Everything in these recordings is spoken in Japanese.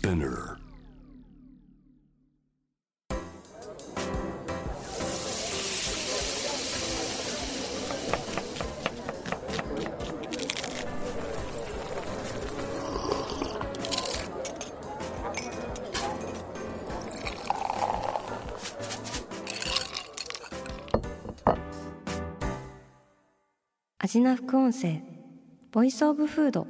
Spinner. アジナ副音声ボイスオブフード。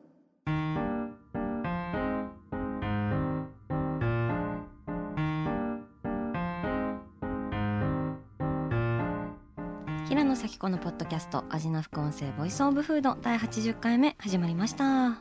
平野咲子のポッドキャストアジナ副音声ボイスオブフード第80回目始まりました。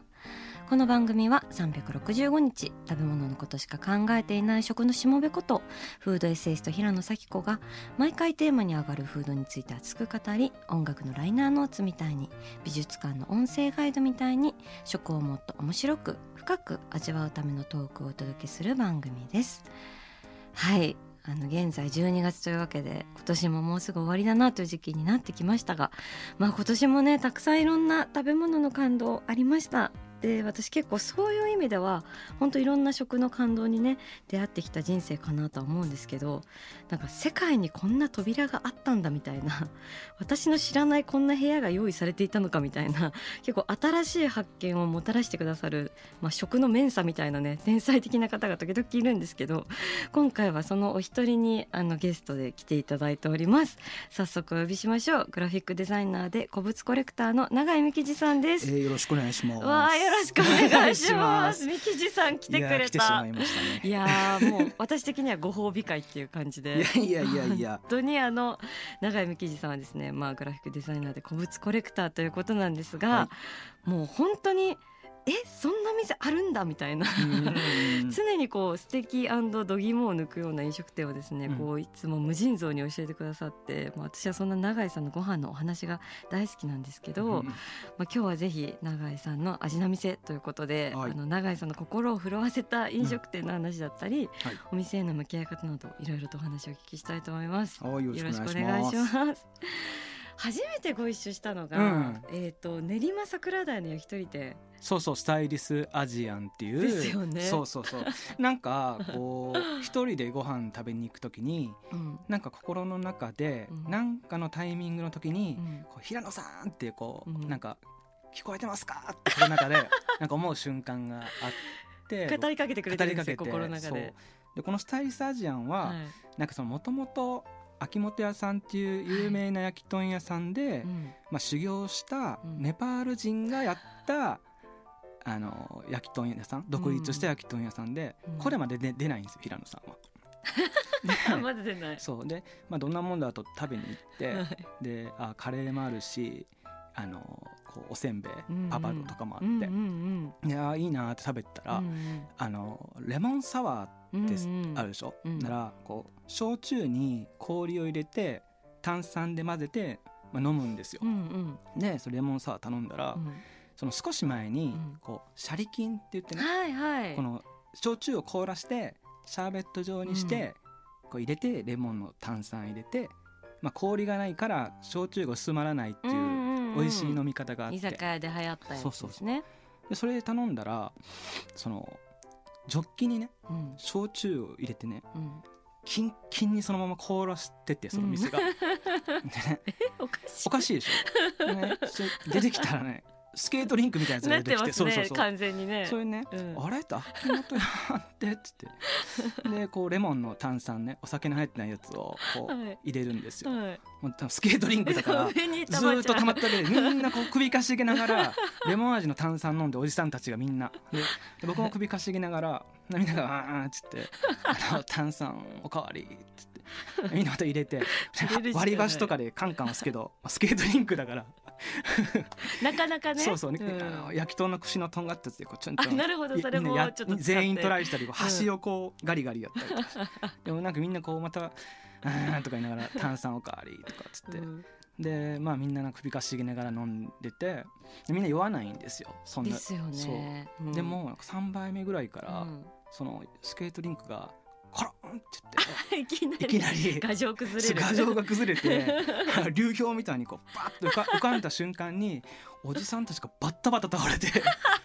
この番組は365日食べ物のことしか考えていない食のしもべことフードエッセイスト平野咲子が毎回テーマに上がるフードについて熱く語り、音楽のライナーノーツみたいに美術館の音声ガイドみたいに食をもっと面白く深く味わうためのトークをお届けする番組です。はい、現在12月というわけで今年ももうすぐ終わりだなという時期になってきましたが、今年もねたくさんいろんな食べ物の感動ありました。で、私結構そういう意味では本当いろんな食の感動にね出会ってきた人生かなとは思うんですけど、なんか世界にこんな扉があったんだみたいな、私の知らないこんな部屋が用意されていたのかみたいな、結構新しい発見をもたらしてくださる、食のメンサみたいなね天才的な方が時々いるんですけど、今回はそのお一人にゲストで来ていただいております。早速お呼びしましょう。グラフィックデザイナーで古物コレクターの永井美希次さんです。 よろしくお願いします。 よろしくお願いします。美希次さん来てくれた。 来てしまいましたね。 いやもう私的にはご褒美会っていう感じでいや本当に永井美希次さんはですね、グラフィックデザイナーで古物コレクターということなんですが、もう本当にそんな店あるんだみたいな常にこう素敵度肝を抜くような飲食店をですね、こういつも無尽蔵に教えてくださって、私はそんな永井さんのご飯のお話が大好きなんですけど、今日はぜひ永井さんの味な店ということで、永井さんの心を震わせた飲食店の話だったり、お店への向き合い方などいろいろとお話をお聞きしたいと思います。よろしくお願いします。初めてご一緒したのが、練馬桜台の焼き鳥店。 そうスタイリスアジアンっていうですよね。 そうなんかこう一人でご飯食べに行くときに、なんか心の中で、なんかのタイミングの時に、平野さんってこう、なんか聞こえてますかって心の中でなんか思う瞬間があって語りかけてくれてるんですよ、心の中で。 でこのスタイリスアジアンは、なんかそのもともと秋元屋さんっていう有名な焼き豚屋さんで、修行したネパール人がやった焼き豚屋さん、独立した焼き豚屋さんで、これまで出ないんですよ、平野さんは。 まだ出ない。 そうで、どんなもんだと食べに行って、でカレーもあるし、こうおせんべい、パパドとかもあって、いやいいなって食べてたら、レモンサワーってあるでしょ。ならこう焼酎に氷を入れて炭酸で混ぜて、飲むんですよ。でそのレモンサワー頼んだら、その少し前にこうシャリキンって言ってね、この焼酎を凍らしてシャーベット状にして、こう入れてレモンの炭酸入れて、氷がないから焼酎が薄まらないっていう美味しい飲み方があって、 居酒屋で流行ったやつですね。 でそれで頼んだら、そのジョッキにね、焼酎を入れてね、キンキンにそのまま凍らしてて、その店が、でね、おかしいでしょ、ね、出てきたらねスケートリンクみたいなやつが出てきて、 なってますね、完全にね。 それね、あれって秋元屋ってつってでこうレモンの炭酸ね、お酒の入ってないやつをこう入れるんですよ。もう多分スケートリンクだからずっと溜まったで、みんなこう首かしげながらレモン味の炭酸飲んで、おじさんたちがみんなで僕も首かしげながら、みんながあーっつって炭酸おかわりっつってみんなまた入れて割り箸とかでカンカン押すけど、スケートリンクだからなかなかね。 焼き豚の串のとんがったやつでこうちょんちょん、 なるほど、それもちょっと全員トライしたり、端をこうガリガリやったりとか、でもなんかみんなこうまたとか言いながら炭酸おかわりとかっつって、でみんななんか首かしげながら飲んでて、みんな酔わないんですよ、そんなですよね。 でもなんか3杯目ぐらいから、そのスケートリンクがコロンって言っていきなり牙城崩れる、 牙城が崩れて流氷みたいにこうバッと浮かんだ瞬間に、おじさんたちがバッタバタ倒れて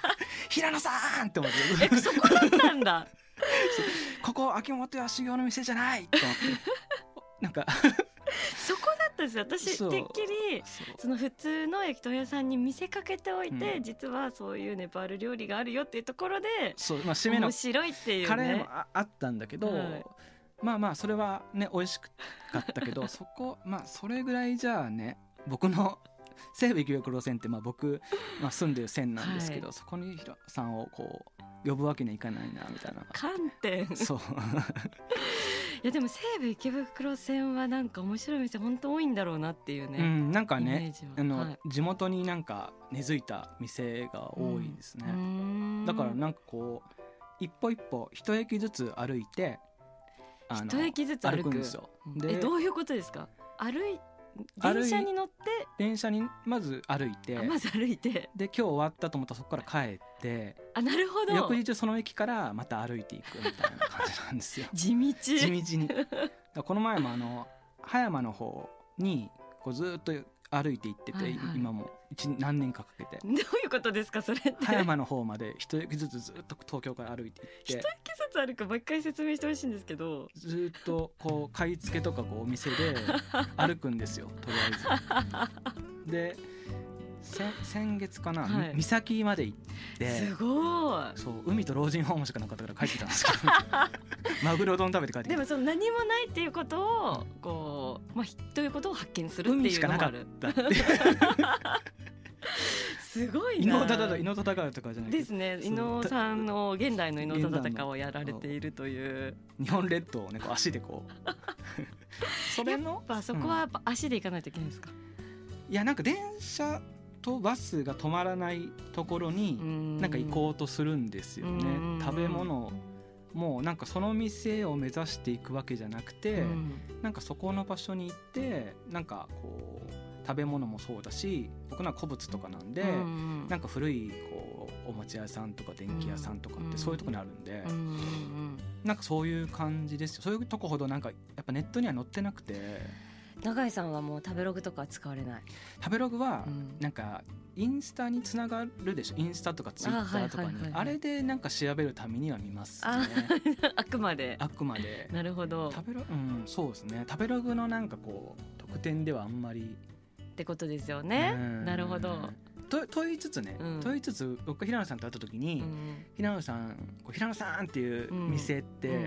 平野さんって思ってそこだったんだここ秋元康修の店じゃないって思ってなんかそこだったんですよ。私てっきりその普通の焼き鳥屋さんに見せかけておいて、実はそういうネパール料理があるよっていうところで、締めの面白いっていうねカレーも あったんだけど、まあそれはね美味しかったけどそれぐらいじゃあね、僕の西武池袋線って僕、住んでる線なんですけど、そこに平さんをこう呼ぶわけにはいかないなみたいな観点そういやでも西武池袋線はなんか面白い店本当多いんだろうなっていうね、 なんかね地元になんか根付いた店が多いですね、だからなんかこう一歩一歩一駅ずつ歩いて一駅ずつ歩くんですよ。でどういうことですか？電車に乗って電車にまず歩いてで今日終わったと思ったらそこから帰って、 なるほど、 翌日その駅からまた歩いていくみたいな感じなんですよ地道にこの前も葉山の方にこうずっと歩いて行ってて、今も何年かかけて。 どういうことですかそれって？ 葉山の方まで一駅ずつずっと東京から歩いて行って、 一駅ずつ歩くもう一回説明してほしいんですけど、 ずっとこう買い付けとかこうお店で歩くんですよとりあえずで先月かな、三崎まで行ってすごいそう海と老人ホームしかなかったから帰ってたんですけどマグロ丼食べて帰ってきた。 でもその何もないっていうことをこう、ということを発見するっていうのもある。 海しかなかったってすごいな。 伊能忠敬とかじゃないですね。伊能さんの現代の伊能忠敬をやられているという日本列島をねこう足でこうそれのやっぱそこはやっぱ足で行かないといけないですか？ いやなんか電車とバスが止まらないところになんか行こうとするんですよね。食べ物もなんかその店を目指していくわけじゃなくて、なんかそこの場所に行ってなんかこう食べ物もそうだし、僕のは古物とかなんで、なんか古いこうおもちゃ屋さんとか電気屋さんとかってそういうとこにあるんで、なんかそういう感じですよ。そういうとこほどなんかやっぱネットには載ってなくて。 永井さんはもう食べログとか使われない？ 食べログはなんかインスタにつながるでしょ。インスタとかツイッターとかにあれでなんか調べるためには見ますね。 あくまでなるほど。 そうですね。食べログのなんかこう特典ではあんまりってことですよね。なるほど。 と言いつつ僕が平野さんと会った時に、平野さんっていう店って、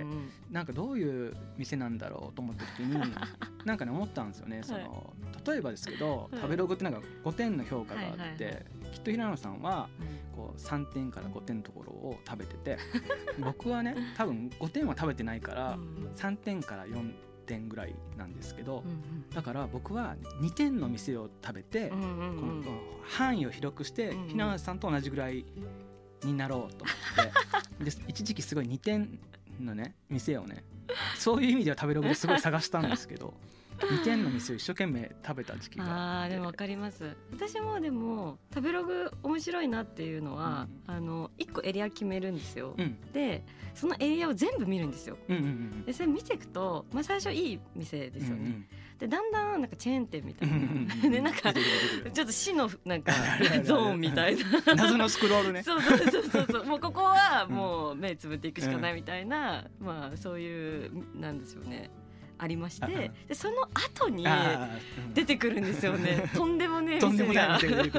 なんかどういう店なんだろうと思った時になんかね思ったんですよね。その例えばですけど、食べログってなんか5点の評価があって、きっと平野さんはこう3点から5点のところを食べてて僕はね多分5点は食べてないから3点から4点ぐらいなんですけど、だから僕は2点の店を食べて、この範囲を広くしてひなわさんと同じぐらいになろうと思ってで一時期すごい2点のね店をね、そういう意味では食べログですごい探したんですけど2点の店を一生懸命食べた時期があって。 でも分かります。私もでも食べログ面白いなっていうのは、1個エリア決めるんですよ、でそのエリアを全部見るんですよ、でそれ見ていくと、最初いい店ですよね、でだんだんなんかチェーン店みたいなでなんかちょっと死のなんかゾーンみたいな謎のスクロールねそうもうここはもう目つぶっていくしかないみたいな、そういうなんですよねありまして、でその後に出てくるんですよね。とんでもねえ店が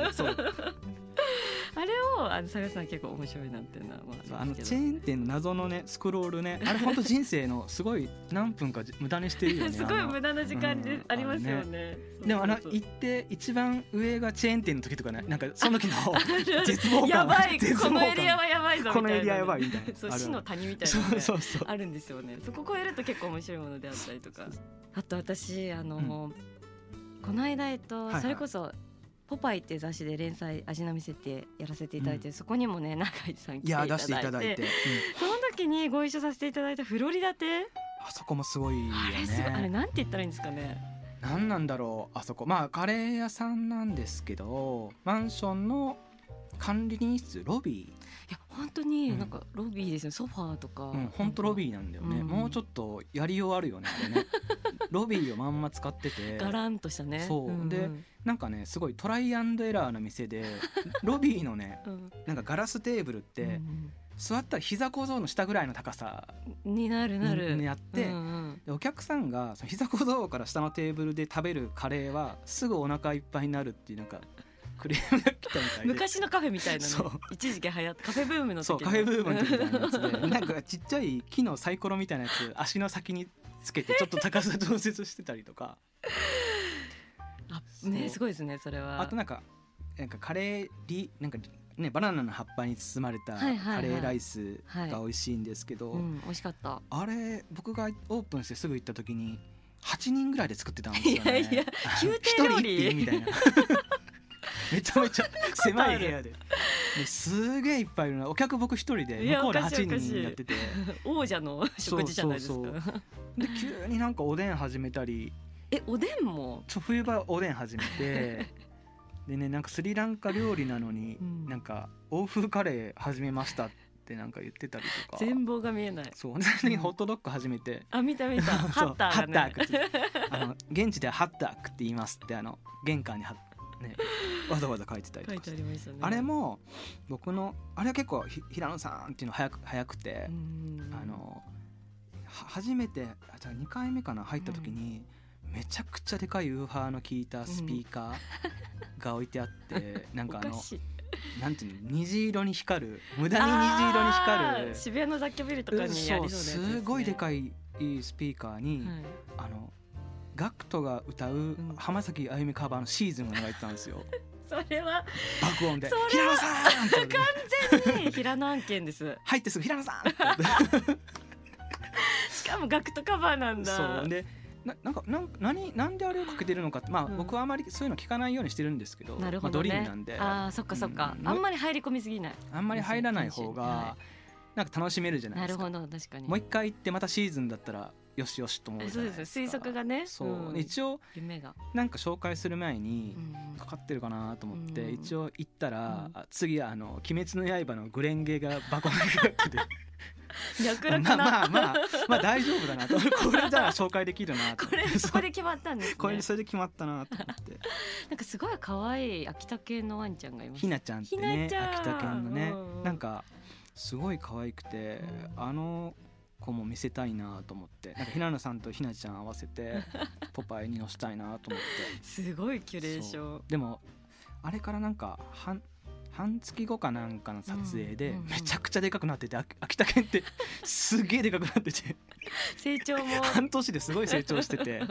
あれを探すのは結構面白いなっていうのはチェーン店の謎のねスクロールね、あれ本当人生のすごい何分か無駄にしてるよねすごい無駄な時間でありますよね。 でも行って一番上がチェーン店の時とかね、なんかその時の絶望感やばいこのエリアはやばいぞみたいな、 このエリアやばいみたいな、 そう死の谷みたいなのがあるんですよね。そこ超えると結構面白いものであったりとか、あと私この間それこそポパイっていう雑誌で連載味の店ってやらせていただいて、そこにもね永井さん来ていただいて、 出していただいて、 その時にご一緒させていただいたフロリダ亭、 あそこもすごいよね。 あれなんて言ったらいいんですかね。 なんなんだろう、あそこカレー屋さんなんですけど、マンションの管理人室ロビー、 いや本本当になんかロビーですね、ソファーとか、 本当ロビーなんだよね、もうちょっとやりようあるよねあれねロビーをまんま使っててガランとしたね。 そう、でなんかねすごいトライアンドエラーな店でロビーのね、なんかガラステーブルって、座ったら膝小僧の下ぐらいの高さになるにやって、でお客さんがその膝小僧から下のテーブルで食べるカレーはすぐお腹いっぱいになるっていうなんかクレームが来たみたいで昔のカフェみたいなの一時期流行ってカフェブームの時、 そうカフェブームの時みたいなやつでなんかちっちゃい木のサイコロみたいなやつ足の先につけてちょっと高さ調節してたりとかすごいですねそれは。 あとなんかカレーなんかね、バナナの葉っぱに包まれたカレーライスが美味しいんですけど、 美味しかった。 あれ僕がオープンしてすぐ行った時に8人ぐらいで作ってたんですよね。 いやいや宮廷料理 1人みたいなめちゃめちゃ狭い部屋ですげえいっぱいいるな。お客僕一人で向こうで8人やってて王者の食事じゃないですか。 そうで急になんかおでん始めたり、 おでんも冬場おでん始めてでね、なんかスリランカ料理なのに、なんか欧風カレー始めましたってなんか言ってたりとか、 全貌が見えない。 そう、その時ホットドッグ始めて、 見たハッターがね、 現地ではハッタークって言いますって玄関にね、わざわざ書いてたりとか書いてありましたね。 あれも僕のあれは結構平野さんっていうの早くて、初めてじゃあ2回目かな入った時に、めちゃくちゃでかいウーハーの効いたスピーカーが置いてあって、なんかなんていうの、虹色に光る、無駄に虹色に光る、 渋谷の雑居ビルとかにありそうなやつですね。 すごいでかいスピーカーに、ガクトが歌う浜崎あゆみカバーのシーズンが流れてたんですよ。 それは爆音で平野さん完全に平野案件です入ってすぐ平野さんしかもガクトカバーなんだ。 そうでなんであれをかけてるのかって、僕はあまりそういうの聞かないようにしてるんですけど、 なるほどね、 ドリームなんで、 そっかそっか、あんまり入り込みすぎない、 あんまり入らない方がなんか楽しめるじゃないですか。 なるほど、確かに。 もう一回行ってまたシーズンだったらよしよしと思うじゃないですか。 そうです、推測がね。 そう、一応夢がなんか紹介する前にかかってるかなと思って、一応行ったら、次は鬼滅の刃のグレンゲがバコンがかかってて脈絡なまあ大丈夫だなとこれじゃあ紹介できるなとここで決まったんですね。 これそれで決まったなと思ってなんかすごい可愛い秋田犬のワンちゃんがいます。 ひなちゃんってね、秋田犬のね、なんかすごい可愛くて、あの子も見せたいなと思って、なんか平野さんとひなちゃん合わせてポパイに乗せたいなと思ってすごいキュレーション。 でもあれからなんか半月後かなんかの撮影でめちゃくちゃでかくなってて、秋田犬ってすげえでかくなってて成長も半年ですごい成長してて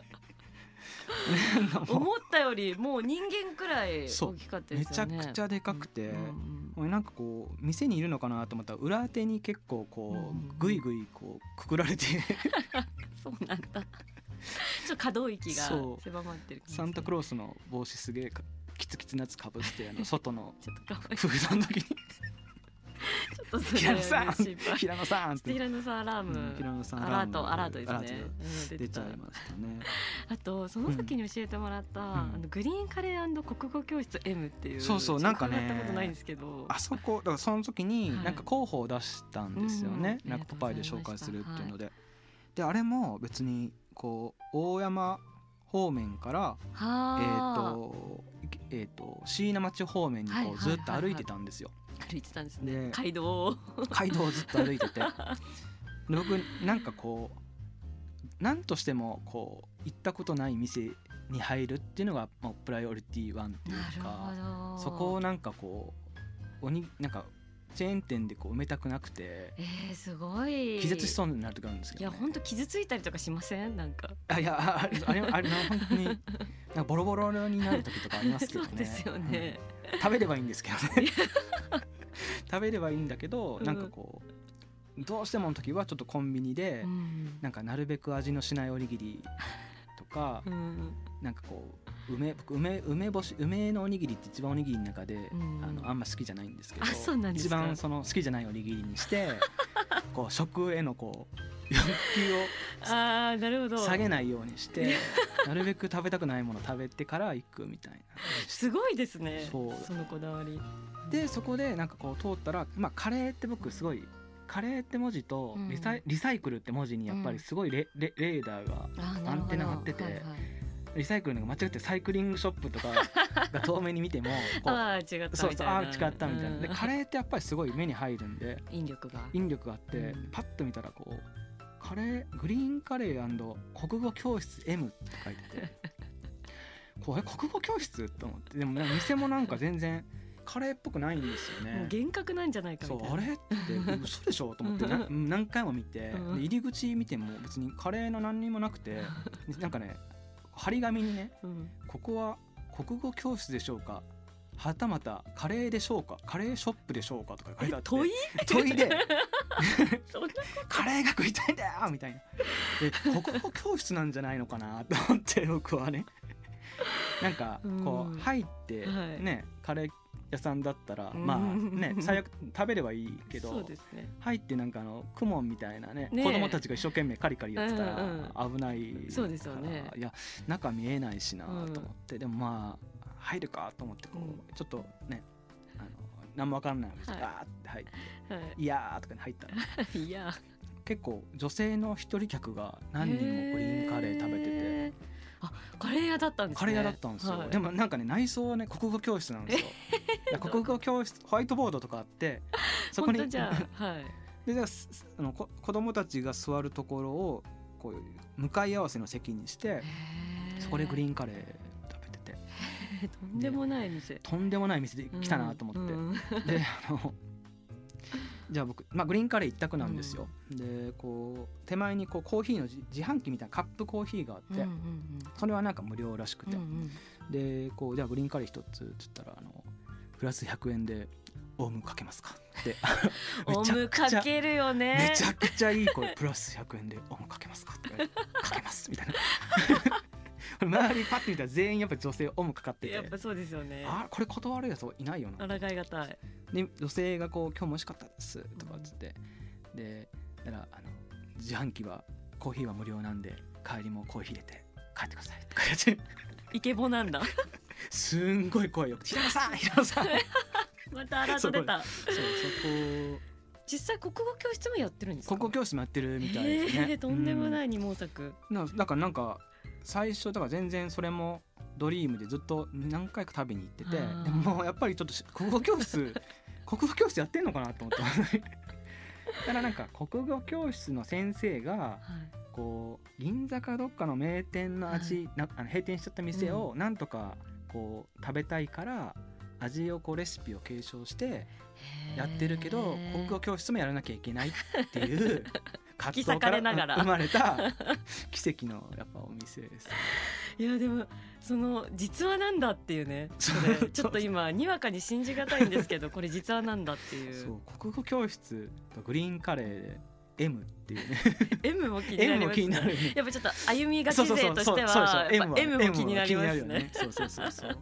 思ったよりもう人間くらい大きかったですよね。 めちゃくちゃでかくて、なんかこう店にいるのかなと思ったら裏手に結構こうぐいぐいこうくくられてそうなんだちょっと可動域が狭まってる。 サンタクロースの帽子すげえキツキツなやつかぶって外のちょっとフードの時にちょっと平野さん平野さんって平野さんアラーム、 平野さんアラートですね。 出ちゃいましたね。 あとその時に教えてもらったグリーンカレー&国語教室 M っていう、 そうなんかね、 やったことないんですけど、 あそこだからその時になんか候補を出したんですよね。なんかポパイで紹介するっていうので、であれも別にこう大山方面から椎名町方面にこうずっと歩いてたんですよ。 歩いてたんですね。街道をずっと歩いてて僕なんかこう何としてもこう行ったことない店に入るっていうのがもうプライオリティ1っていうか、そこをなんかこうなんかチェーン店でこう埋めたくなくて、 すごい気絶しそうになる時あるんですけど、 いや本当傷ついたりとかしません？なんかいやあれ本当になんかボロボロになる時とかありますけどね。 そうですよね、 食べればいいんですけどね食べればいいんだけど、なんかこうどうしてもの時はちょっとコンビニで、なんかなるべく味のしないおにぎりとか、なんかこう梅のおにぎりって一番おにぎりの中で、あんま好きじゃないんですけど、 そうなんですか。 一番その好きじゃないおにぎりにしてこう食へのこう欲求をなるほど下げないようにしてなるべく食べたくないものを食べてから行くみたいな。 すごいですね。 そのこだわりでそこでなんかこう通ったら、カレーって僕すごいカレーって文字とリサイクルって文字にやっぱりすごいレーダーがアンテナ張ってて、リサイクルのが間違ってサイクリングショップとかが遠目に見ても違ったみたいな。 そう違ったみたいな。でカレーってやっぱりすごい目に入るんで引力があって、パッと見たらこうカレーグリーンカレー&国語教室 M って書いててこれ国語教室と思って、でも店もなんか全然カレーっぽくないんですよね。 もう幻覚なんじゃないかみたいな。 そうあれって嘘でしょと思って何回も見て、で入り口見ても別にカレーの何にもなくてなんかね張り紙にね、ここは国語教室でしょうか、はたまたカレーでしょうか、カレーショップでしょうかとか書いてあって、問いでカレーが食いたいんだよみたいな。で国語教室なんじゃないのかなと思って僕はねなんかこう入ってね、カレー屋さんだったら最悪食べればいいけど、そうですね、入ってなんかクモンみたいなね子供たちが一生懸命カリカリやってたら危ない。 そうですよね。 いや中見えないしなと思って、でも入るかと思ってちょっとね何も分かんないわけです。ガーって入って、いやーとかに入ったらいや結構女性の一人客が何人もグリーンカレー食べてて、 カレー屋だったんですね。 カレー屋だったんですよ、でもなんかね内装はね国語教室なんですよ国語教室ホワイトボードとかあってそこにで子供たちが座るところをこう向かい合わせの席にして、そこでグリーンカレー食べてて、 とんでもない店で来たなと思って、でじゃあ僕、グリーンカレー一択なんですよ、でこう手前にこうコーヒーの自販機みたいなカップコーヒーがあって、それはなんか無料らしくて、でこうじゃあグリーンカレー一つっつったらプラス100円でオウムかけますかってオウムかけるよね、 めちゃくちゃいい声、プラス100円でオウムかけますかってかけますみたいな周りパッと見たら全員やっぱ女性オウムかかってて、 やっぱそうですよね。 これ断るやついないよな。 抗いがたい。 で女性がこう今日も美味しかったですとかっつって、でだから自販機はコーヒーは無料なんで帰りもコーヒー入れて帰ってくださいとか言ってイケボなんだすんごい声よく平野さんまたアラート出た。 そこ実際国語教室もやってるんですか？ 国語教室もやってるみたいですね。 とんでもない二毛作。 だからなんか最初だから全然それもドリームでずっと何回か食べに行ってて、でもやっぱりちょっと国語教室やってんのかなと思ってだからなんか国語教室の先生がこう銀座かどっかの名店の味、閉店しちゃった店をなんとかこう食べたいから味をこうレシピを継承してやってるけど、国語教室もやらなきゃいけないっていう活動から生まれた奇跡のやっぱお店です。 いやでもその実話なんだっていうね、それちょっと今にわかに信じがたいんですけどこれ実話なんだっていう。 そう国語教室とグリーンカレーで M っていうね M も気になりますね。やっぱちょっと歩みがち勢としてはやっぱ M も気になりますね。 そう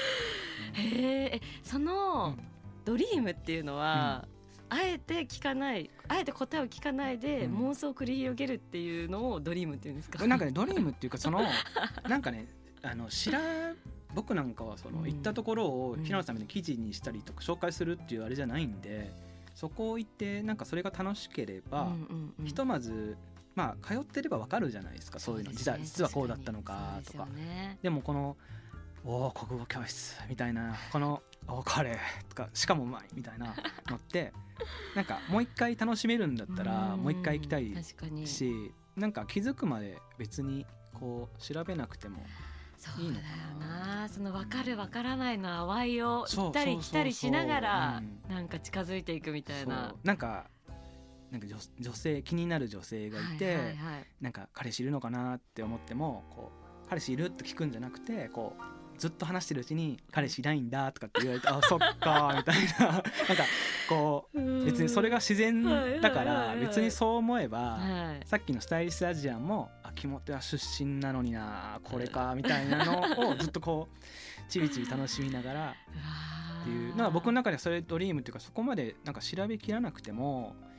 そのドリームっていうのは、あえて答えを聞かないで妄想を繰り広げるっていうのをドリームっていうんですか？ なんかねドリームっていうかなんかね僕なんかは行ったところを平野さんみたいに記事にしたりとか紹介するっていうあれじゃないんで、そこ行ってなんかそれが楽しければ、ひとまず通ってれば分かるじゃないですか、そういうの実はこうだったのかとか。でもこの国語教室みたいなカレーとかしかもうまいみたいなのってなんかもう一回楽しめるんだったらもう一回行きたいし、なんか気づくまで別にこう調べなくてもいいのかな。 その分かる分からないの淡いを行ったり来たりしながらなんか近づいていくみたいな。 なんか女性気になる女性がいて、なんか彼氏いるのかなって思ってもこう彼氏いるって聞くんじゃなくてこうずっと話してるうちに彼氏いないんだとかって言われてそっかみたいななんかこう別にそれが自然だから別にそう思えばさっきのスタイリストアジアンも肝手は出身なのになこれかみたいなのをずっとこうちびちび楽しみながらっていう僕の中ではそれドリームっていうか、そこまでなんか調べきらなくても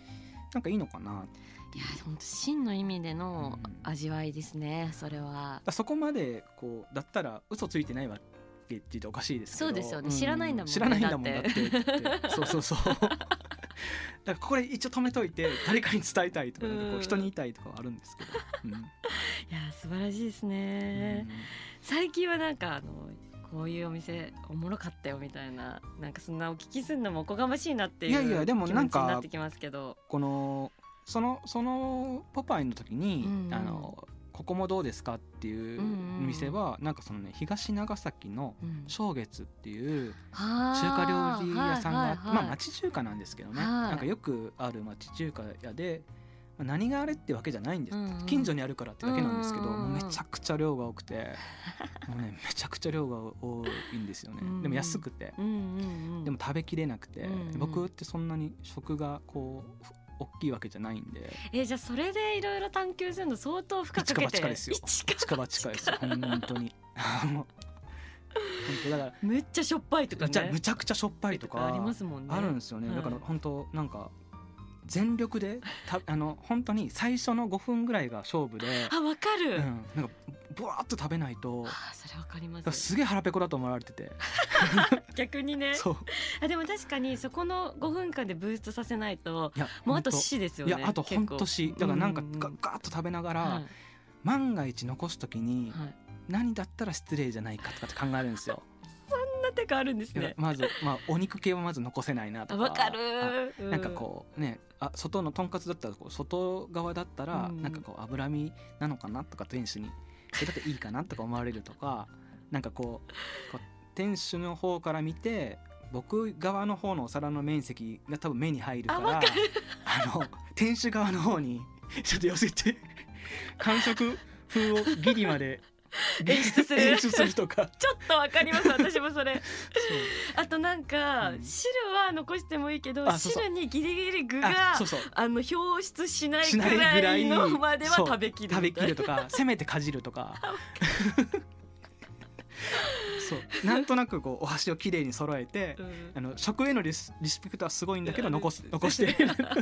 なんかいいのかな。 いや本当真の意味での味わいですね、それは。 そこまでこうだったら嘘ついてないわけって言っておかしいですけど、 そうですよね、知らないんだもんね、 知らないんだもんだってそうだからこれ一応止めといて誰かに伝えたいとか、なんかこう人に言いたいとかはあるんですけど、 いや素晴らしいですね。最近はなんかこういうお店おもろかったよみたいな、なんかそんなお聞きするのもおこがましいなっていう気持ちになってきますけど、 このそのポパイの時に、ここもどうですかっていう店は、なんかそのね、東長崎の正月っていう中華料理屋さんが、まあ町中華なんですけどね、なんかよくある町中華屋で、何があれってわけじゃないんです、近所にあるからってだけなんですけど、もうめちゃくちゃ量が多くてもうねめちゃくちゃ量が多いんですよね。でも安くて、でも食べきれなくて、僕ってそんなに食がこう大きいわけじゃないんで。 じゃあそれでいろいろ探求するの相当深くかけて。 一か八かですよ。一か八かですよ本当に本当だからめっちゃしょっぱいとかね、 むちゃくちゃしょっぱいとかありますもんね。 あるんですよね。だから本当なんか全力で本当に最初の5分ぐらいが勝負で、 わかる、 なんかブワーッと食べないと、 それわかります。 すげえ腹ペコだと思われてて逆にね。 そうでも確かにそこの5分間でブーストさせないと、もうあと死ですよね。 いやあと本当死だから、なんかガーッと食べながら、万が一残すときに何だったら失礼じゃないかとかって考えるんですよ。 そんな手があるんですね。 まず、お肉系はまず残せないなとか。 わかる。 なんかこうね、外のとんかつだったらこう外側だったらなんかこう脂身なのかなとか、店主にそれだっていいかなとか思われるとか、なんかこう店主の方から見て僕側の方のお皿の面積が多分目に入るから、店主側の方にちょっと寄せて完食風をギリまで演出するとかちょっとわかります。私もそれあとなんか、汁は残してもいいけど、汁にギリギリ具が表出しないぐらいのまでは食べきるとかせめてかじるとかそうなんとなくこうお箸をきれいに揃えて、食へのリスペクトはすごいんだけど残して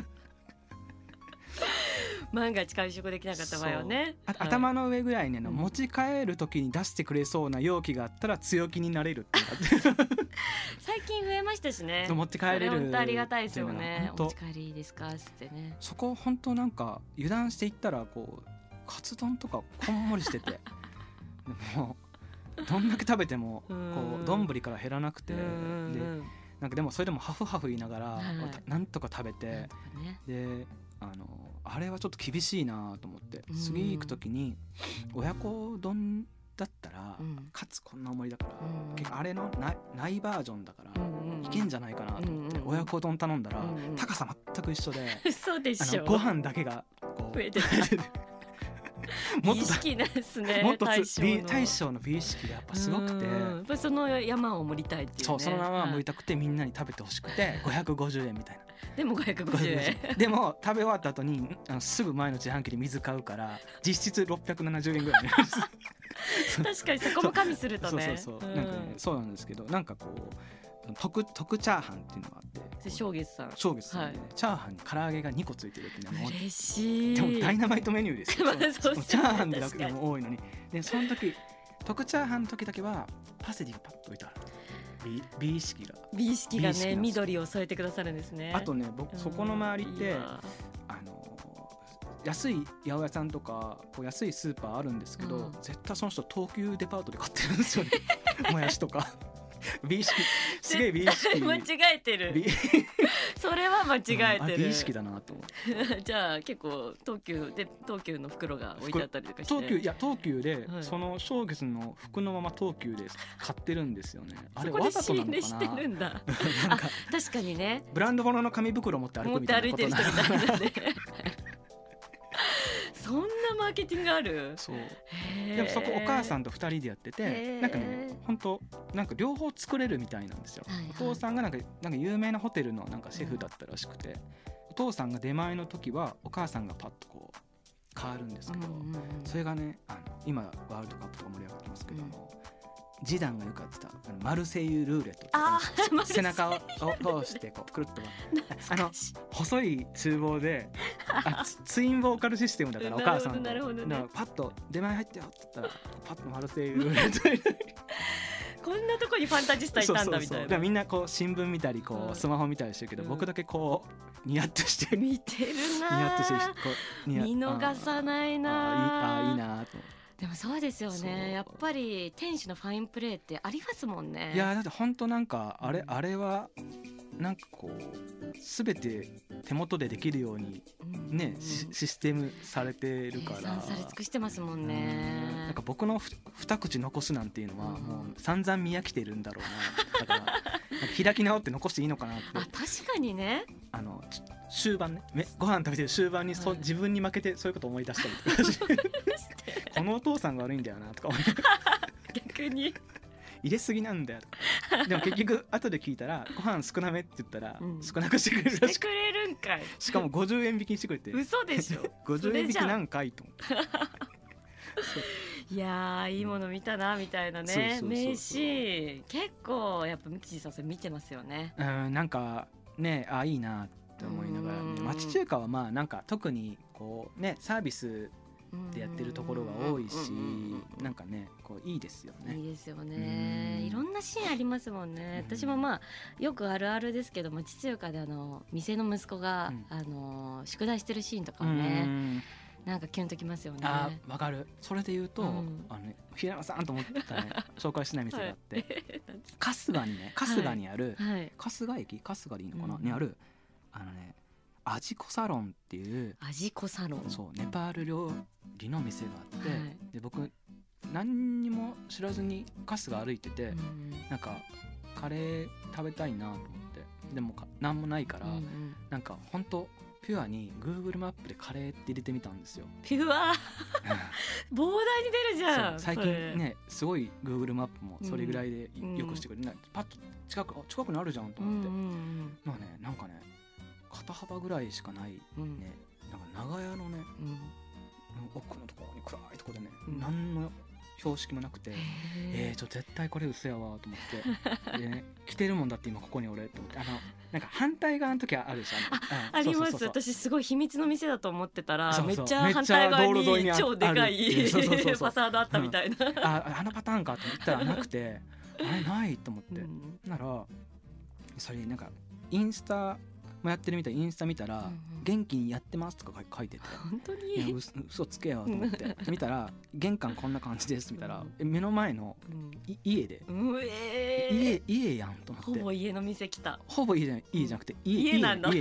万が一完食できなかった場合はね、 頭の上ぐらいに持ち帰る時に出してくれそうな容器があったら強気になれるって最近増えましたしね。 持って帰れる。 本当ありがたいですよね。お持ち帰りいいですかってね。 そこ本当なんか油断していったらこうカツ丼とかこんもりしててもうどんだけ食べてもこう丼から減らなくて、でなんかでもそれでもハフハフ言いながらなんとか食べて、であれはちょっと厳しいなと思って、次行く時に親子丼だったら、かつこんな重りだから、結構あれのないバージョンだから、いけんじゃないかなと思って、親子丼頼んだら、高さ全く一緒で、 そうでしょ、 ご飯だけがこう増えてる美意識なんですね。 もっと大将の美意識がやっぱすごくて、やっぱその山を盛りたいっていうね。 そうその山を盛りたくて、みんなに食べてほしくて550円みたいな。 でも550円でも食べ終わった後にすぐ前の自販機で水買うから実質670円ぐらいになるんです確かにそこも加味するとね。 そうなんかね、そうなんですけど、なんかこう特チャーハンっていうのがあって、 正月さん、 チャーハンに唐揚げが2個ついてるっていうのは嬉しい。 でもダイナマイトメニューですよそうチャーハンで楽でも多いのに。でその時特チャーハンの時だけはパセリがパッと置いてある。美意識がね、緑を添えてくださるんですね。 あとね、僕そこの周りって安い八百屋さんとかこう安いスーパーあるんですけど、絶対その人東急デパートで買ってるんですよねもやしとか美意識、すげえ美意識間違えてるそれは間違えてる、 美意識だなと思ってじゃあ結構東急の袋が置いてあったりとかして、 東急で、その正月の服のまま東急で買ってるんですよね。あれわざとなのかな。そこで仕入れしてるんだなんか確かにね、 ブランド物の紙袋持って歩くみたいなことなそんなマーケティングある。 そうでもそこお母さんと2人でやってて、なんかね本当なんか両方作れるみたいなんですよ。お父さんがなんか有名なホテルのなんかシェフだったらしくて、お父さんが出前の時はお母さんがパッとこう変わるんですけど、それがね今ワールドカップとか盛り上がってますけども、 示談がよくやってたマルセイユルーレットとあか背中を通してこうくるっと細い厨房でツインボーカルシステムだからお母さんとなるほどね、 パッと出前入ってよって言ったらパッとマルセイユルーレットこんなとこにファンタジスタいたんだみたいな。 だからみんなこう新聞見たりこうスマホ見たりしてるけど、僕だけこうニヤッとして見てるな、 ニヤッとして見逃さないな。 いいなと思って。 でもそうですよね、やっぱり店主のファインプレーってありますもんね。 いやだって本当なんかあれはなんかこう全て手元でできるようにね、システムされてるから、 計算され尽くしてますもんね。 なんか僕の二口残すなんていうのはもう散々見飽きてるんだろうな、だからなんか開き直って残していいのかなって。 確かにね、 終盤ね、ご飯食べてる終盤に自分に負けてそういうこと思い出したりとかこのお父さんが悪いんだよなとか思い逆に入れすぎなんだよとかでも結局後で聞いたらご飯少なめって言ったら少なくしてくれるらしく、 してくれるんかい。 しかも50円引きにしてくれて嘘でしょ 50円引きなんかいと思っていやーいいもの見たなみたいなね、名刺結構やっぱミキジさんそれ見てますよね。 なんかねいいなって思いながらね、町中華はまあなんか特にこうねサービスでやってるところが多いし、なんかねこういいですよね。 いいですよね。いろんなシーンありますもんね。私もまあよくあるあるですけど町中華で店の息子が、宿題してるシーンとかはね、なんかキュンときますよね。 わかる。それで言うと、平山さんと思ったね紹介しない店があって春日にある、春日駅でいいのかな、にあるアジコサロンっていうアジコサロン、 そうネパール料理の店があって、で僕何にも知らずに春日歩いてて、なんかカレー食べたいなと思って、でも何もないから、なんか本当ピュアに Google マップでカレーって入れてみたんですよ。 ピュア膨大に出るじゃん。 最近ねすごい Google マップもそれぐらいでよくしてくれる、パッと近くにあるじゃんと思って、まあねなんかね肩幅ぐらいしかないね、なんか長屋のね、奥のところに暗いところでね、何の標識もなくて、絶対これ嘘やわと思ってで、ね、来てるもんだって今ここに俺と思って、なんか反対側の時はあるじゃん。 あります。私すごい秘密の店だと思ってたら、めっちゃ反対側に超でかいファサードあったみたいな、 あのパターンかと思ったらなくてあれないと思って、ならそれなんかインスタもやってるみたい、インスタ見たら、元気にやってますとか書いてて、 本当に嘘つけよと思って見たら玄関こんな感じですみたいな、目の前の家で、家やんと思って、 ほぼ家の店来た。 ほぼ家じゃなくて家なんだね、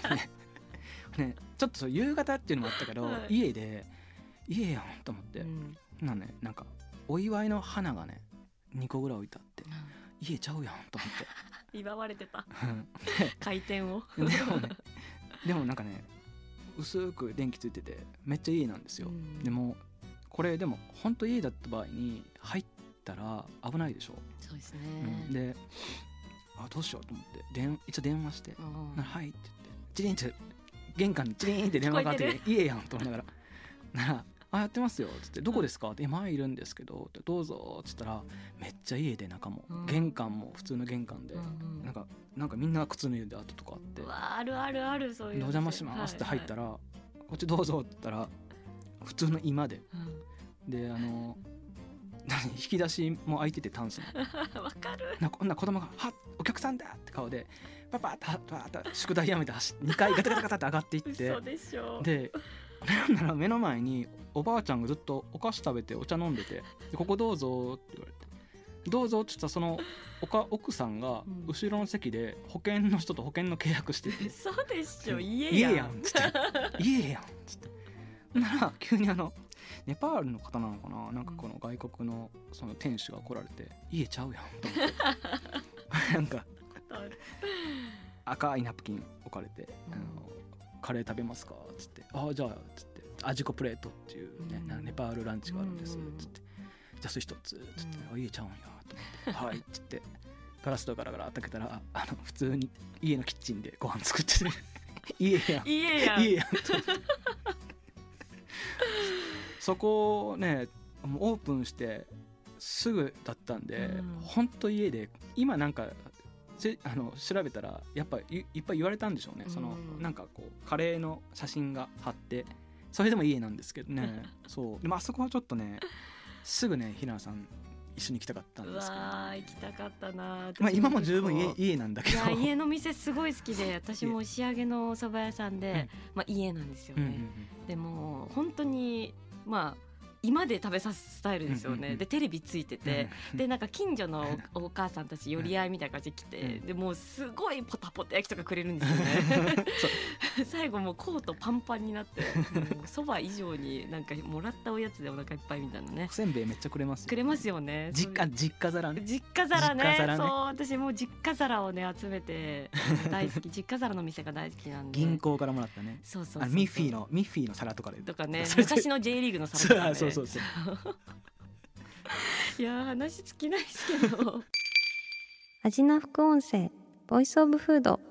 ちょっと夕方っていうのもあったけど、家やんと思って、なんかお祝いの花がね2個ぐらい置いてあって、家ちゃうやんと思って祝われてた開店をでもなんかね薄く電気ついててめっちゃ家なんですよ、でもこれでも本当家だった場合に入ったら危ないでしょ。 そうですね、 でどうしようと思って一応電話して「はい」って言ってチリンって玄関にチリンって電話があって家やんと思いながらならやってますよっつって、どこですかって、前いるんですけどどうぞっつったら、めっちゃ家で中も、玄関も普通の玄関で、なんかみんな靴脱いで跡とかあって、 あるあるある、そういうお邪魔しますって入ったら、こっちどうぞって言ったら普通の居間で、で引き出しも開いててタンスもわかる。 こんな子供がはっお客さんだって顔でパパッと宿題やめて2回ガタガタガタって上がっていって、 嘘でしょ。 でなんなら目の前におばあちゃんがずっとお菓子食べてお茶飲んでて、でここどうぞって言われて、どうぞって言ったらその奥さんが後ろの席で保険の人と保険の契約してて、 そうでしょ、家やんっつって家やんっつってなら急にネパールの方なのかな、なんかこの外国のその店主が来られて、家ちゃうやんと思ってなんか赤いナプキン置かれて、カレー食べますかっつって、じゃあっつってアジコプレートっていう、ネパールランチがあるんですっつって、じゃあそれ一つっつって、家ちゃうんやと思ってはいっつってガラス戸ガラガラ開けたら普通に家のキッチンでご飯作ってて家やんと思ってそこをねオープンしてすぐだったんで、ほんと家で今なんか調べたらやっぱいっぱい言われたんでしょうね。そのなんかこうカレーの写真が貼って、それでも家なんですけどねそうでもあそこはちょっとねすぐね平野さん一緒に行きたかったんですけど、 行きたかったな。 今も十分家なんだけど、 家の店すごい好きで、私も仕上げのお蕎麦屋さんで、家なんですよね、でも本当に今で食べさすスタイルですよね、でテレビついてて、でなんか近所のお母さんたち寄り合いみたいな感じで来て、でもうすごいポタポタ焼きとかくれるんですよね最後もうコートパンパンになって、そば以上になんかもらったおやつでお腹いっぱいみたいなね。 おせんべいめっちゃくれますよね。 実家皿ね。 実家皿ね。そう、私もう実家皿をね集めて大好き実家皿の店が大好きなんで。 銀行からもらったね。 そうミッフィーの皿とかでとかね、昔の J リーグの皿とかね。 そういや話尽きないですけど味な副音声ボイスオブフード。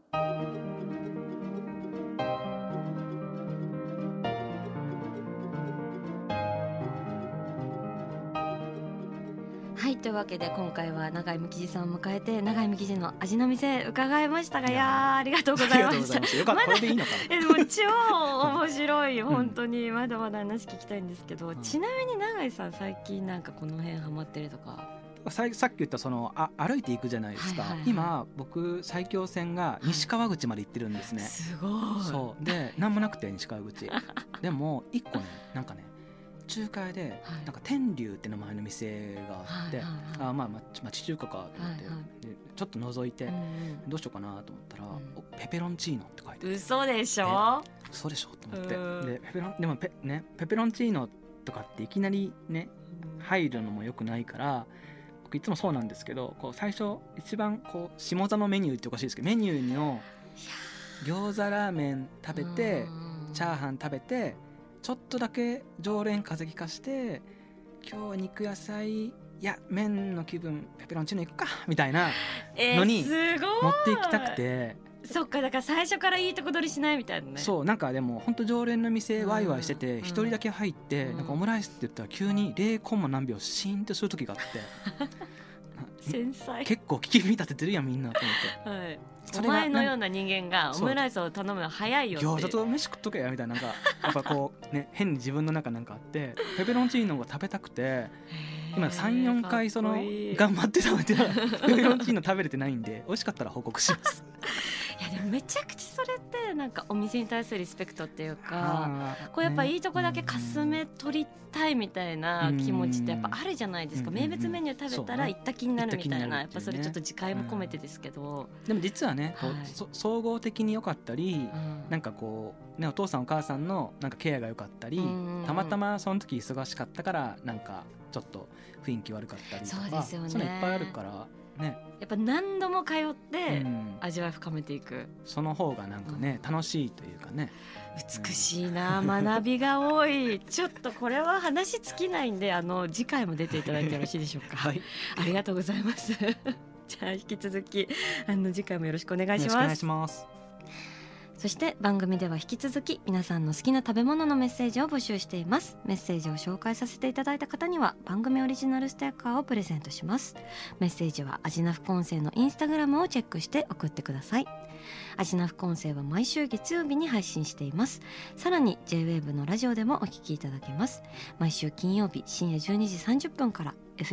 はい、というわけで今回は永井無吉さんを迎えて永井無吉の味の店伺いましたが、いやありがとうございました。 よかった、これでいいのかな。 でも超面白い本当にまだまだ話聞きたいんですけど、ちなみに永井さん最近なんかこの辺ハマってるとか。 さっき言ったその歩いていくじゃないですか、今僕埼京線が西川口まで行ってるんですね、 すごい。そうで何もなくて西川口でも一個ねなんかね中華屋でなんか天龍って名前の店があって、町中華かと思って、でちょっと覗いて、どうしようかなと思ったら、ペペロンチーノって書いてある。 嘘でしょ嘘でしょと思って、ででもペペロンチーノとかっていきなりね入るのも良くないから、僕いつもそうなんですけど、こう最初一番こう下座のメニューっておかしいですけど、メニューの餃子ラーメン食べてチャーハン食べてちょっとだけ常連風邪気化して、今日は肉野菜麺の気分ペペロンチーノいくかみたいなのに持っていきたくて、 そっか、だから最初からいいとこ取りしないみたいなね。 そうなんかでも本当常連の店ワイワイしてて一人だけ入ってなんかオムライスって言ったら急に0コンマ何秒シーンってする時があって繊細、 結構聞き耳立ててるやんみんなと思って、 お前のような人間がオムライスを頼むの早いよって餃子と飯食っとけやみたいな、なんかやっぱこうね変に自分の中なんかあってペペロンチーノが食べたくて今 3,4 回その頑張って食べてペペロンチーノ食べれてないんで美味しかったら報告しますいやでもめちゃくちゃそれってなんかお店に対するリスペクトっていうか、こうやっぱいいとこだけかすめ取りたいみたいな気持ちってやっぱあるじゃないですか。名物メニュー食べたら行った気になるみたいな、やっぱそれちょっと自戒も込めてですけど、 でも実はねこう総合的に良かったり、なんかこうねお父さんお母さんのなんかケアが良かったり、たまたまその時忙しかったからなんかちょっと雰囲気悪かったりとか、 そうですよね、 それいっぱいあるからね、 やっぱ何度も通って味わい深めていく、 その方がなんかね、楽しいというかね、 美しいな、学びが多いちょっとこれは話尽きないんで次回も出ていただいてよろしいでしょうかはい、ありがとうございますじゃあ引き続き次回もよろしくお願いします。 よろしくお願いします。 そして番組では引き続き皆さんの好きな食べ物のメッセージを募集しています。メッセージを紹介させていただいた方には番組オリジナルステッカーをプレゼントします。メッセージは味な副音声のインスタグラムをチェックして送ってください。味な副音声は毎週月曜日に配信しています。さらに J-WAVE のラジオでもお聞きいただけます。毎週金曜日深夜12時30分から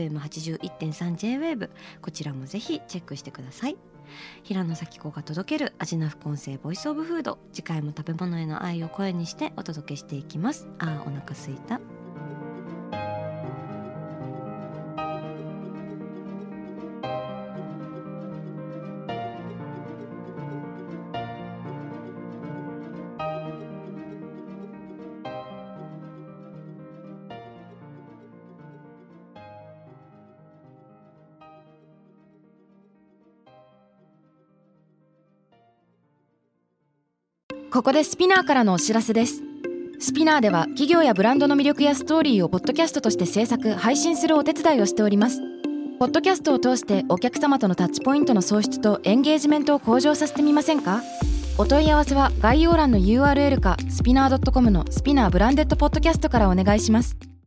FM81.3 J-WAVE、 こちらもぜひチェックしてください。平野咲子が届ける味な副音声ボイスオブフード、次回も食べ物への愛を声にしてお届けしていきます。お腹すいた。 ここでスピナーからのお知らせです。スピナーでは企業やブランドの魅力やストーリーをポッドキャストとして制作・配信するお手伝いをしております。ポッドキャストを通してお客様とのタッチポイントの創出とエンゲージメントを向上させてみませんか？お問い合わせは概要欄の URL かスピナー .com のスピナーブランデッドポッドキャストからお願いします。